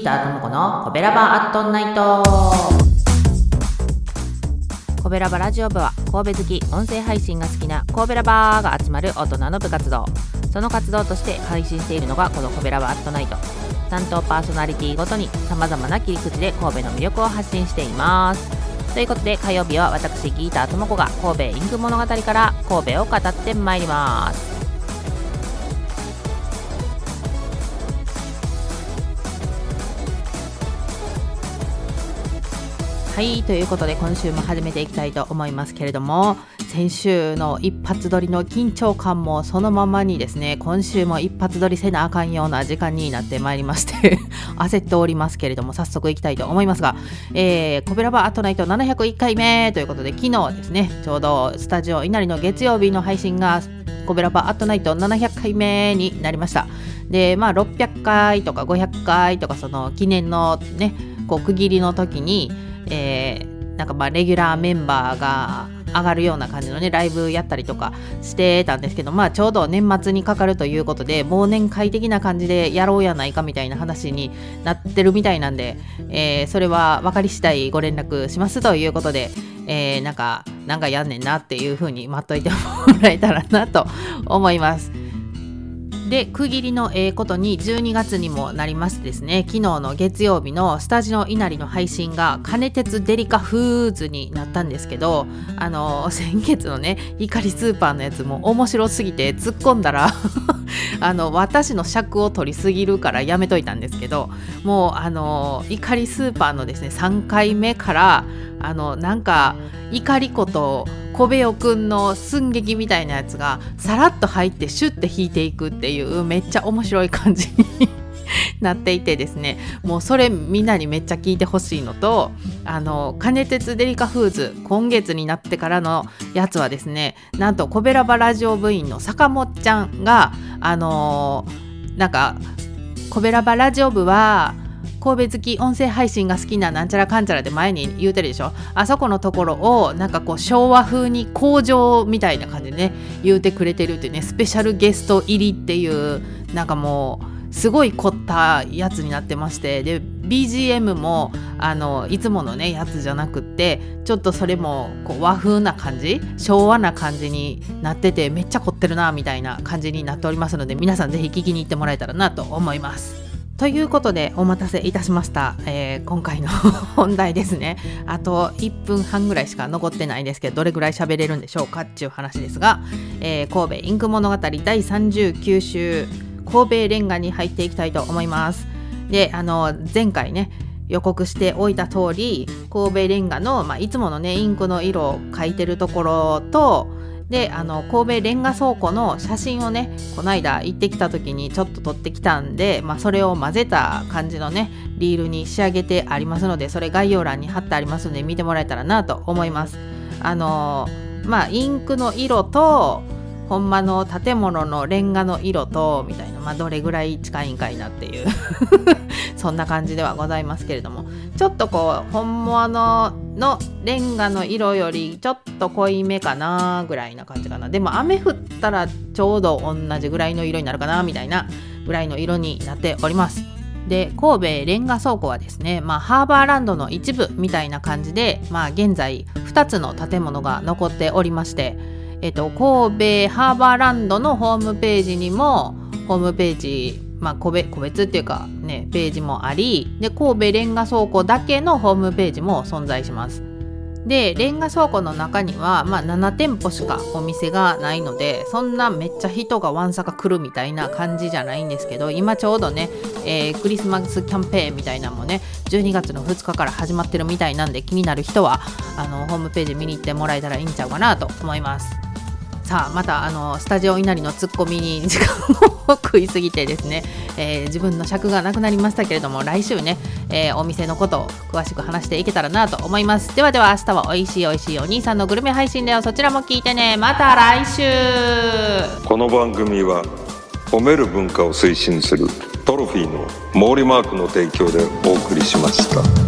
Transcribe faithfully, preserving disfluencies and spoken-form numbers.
ターともこのコベラバアットナイト。コベラバラジオ部は神戸好き、音声配信が好きな神戸ラバーが集まる大人の部活動。その活動として配信しているのがこのコベラバアットナイト。担当パーソナリティごとに様々な切り口で神戸の魅力を発信しています。ということで火曜日は私ギターともこが神戸インク物語から神戸を語ってまいります。はい、ということで今週も始めていきたいと思いますけれども、先週の一発撮りの緊張感もそのままにですね、今週も一発撮りせなあかんような時間になってまいりまして焦っておりますけれども、早速いきたいと思いますが、えー、コベラバアットナイトななひゃくいっかいめということで、昨日ですね、ちょうどスタジオ稲荷の月曜日の配信がコベラバアットナイトななひゃっかいめになりました。で、まあろっぴゃっかいとかごひゃっかいとか、その記念のね、こう区切りの時にえー、なんかまあレギュラーメンバーが上がるような感じのねライブやったりとかしてたんですけど、まあちょうど年末にかかるということで忘年会的な感じでやろうやないかみたいな話になってるみたいなんで、えー、それは分かり次第ご連絡しますということで、えー、なんかなんかやんねんなっていう風に待っといてもらえたらなと思います。で、区切りのええことにじゅうにがつにもなりましてですね、昨日の月曜日のスタジオ稲荷の配信が金鉄デリカフーズになったんですけど、あの先月のね光スーパーのやつも面白すぎて突っ込んだらあの私の尺を取りすぎるからやめといたんですけど、もうあの光スーパーのですねさんかいめからあのなんか怒りこと小部代くんの寸劇みたいなやつがさらっと入ってシュッて引いていくっていうめっちゃ面白い感じになっていてですね、もうそれみんなにめっちゃ聞いてほしいのと、あの金鉄デリカフーズ今月になってからのやつはですね、なんとコベラバラジオ部員の坂本ちゃんがあのー、なんかコベラバラジオ部は神戸好き音声配信が好きななんちゃらかんちゃらで前に言うてるでしょ。あそこのところをなんかこう昭和風に工場みたいな感じでね言うてくれてるっていうね、スペシャルゲスト入りっていうなんかもうすごい凝ったやつになってまして、で ビージーエム もあのいつものねやつじゃなくってちょっとそれもこう和風な感じ、昭和な感じになっててめっちゃ凝ってるなみたいな感じになっておりますので、皆さんぜひ聞きに行ってもらえたらなと思います。ということでお待たせいたしました、えー、今回の本題ですね。あといっぷんはんぐらいしか残ってないんですけど、どれぐらい喋れるんでしょうかっていう話ですが、えー、神戸インク物語だいさんじゅうきゅう週神戸レンガに入っていきたいと思います。で、あの前回ね予告しておいた通り神戸レンガの、まあ、いつものねインクの色を描いてるところと、であの神戸レンガ倉庫の写真をねこの間行ってきた時にちょっと撮ってきたんで、まあ、それを混ぜた感じのねリールに仕上げてありますので、それ概要欄に貼ってありますので見てもらえたらなと思います。あのまあインクの色とほんまの建物のレンガの色とみたいな、まあ、どれぐらい近いんかいなっていうそんな感じではございますけれども、ちょっとこう本物のレンガの色よりちょっと濃いめかなぐらいな感じかな。でも雨降ったらちょうど同じぐらいの色になるかなみたいなぐらいの色になっております。で、神戸レンガ倉庫はですね、まあ、ハーバーランドの一部みたいな感じで、まあ、現在ふたつの建物が残っておりまして、えっと、神戸ハーバーランドのホームページにもホームページ、まあ、個別、個別っていうかねページもあり、で神戸レンガ倉庫だけのホームページも存在します。でレンガ倉庫の中には、まあ、ななてんぽしかお店がないので、そんなめっちゃ人がわんさか来るみたいな感じじゃないんですけど、今ちょうどね、えー、クリスマスキャンペーンみたいなのもねじゅうにがつのふつかから始まってるみたいなんで、気になる人はあのホームページ見に行ってもらえたらいいんちゃうかなと思います。さあまたあのスタジオ稲荷のツッコミに時間を食いすぎてですね、えー、自分の尺がなくなりましたけれども、来週ね、えー、お店のことを詳しく話していけたらなと思います。ではでは明日はおいしいおいしいお兄さんのグルメ配信だよ。そちらも聞いてね。また来週。 この番組は褒める文化を推進するトロフィーの毛利マークの提供でお送りしました。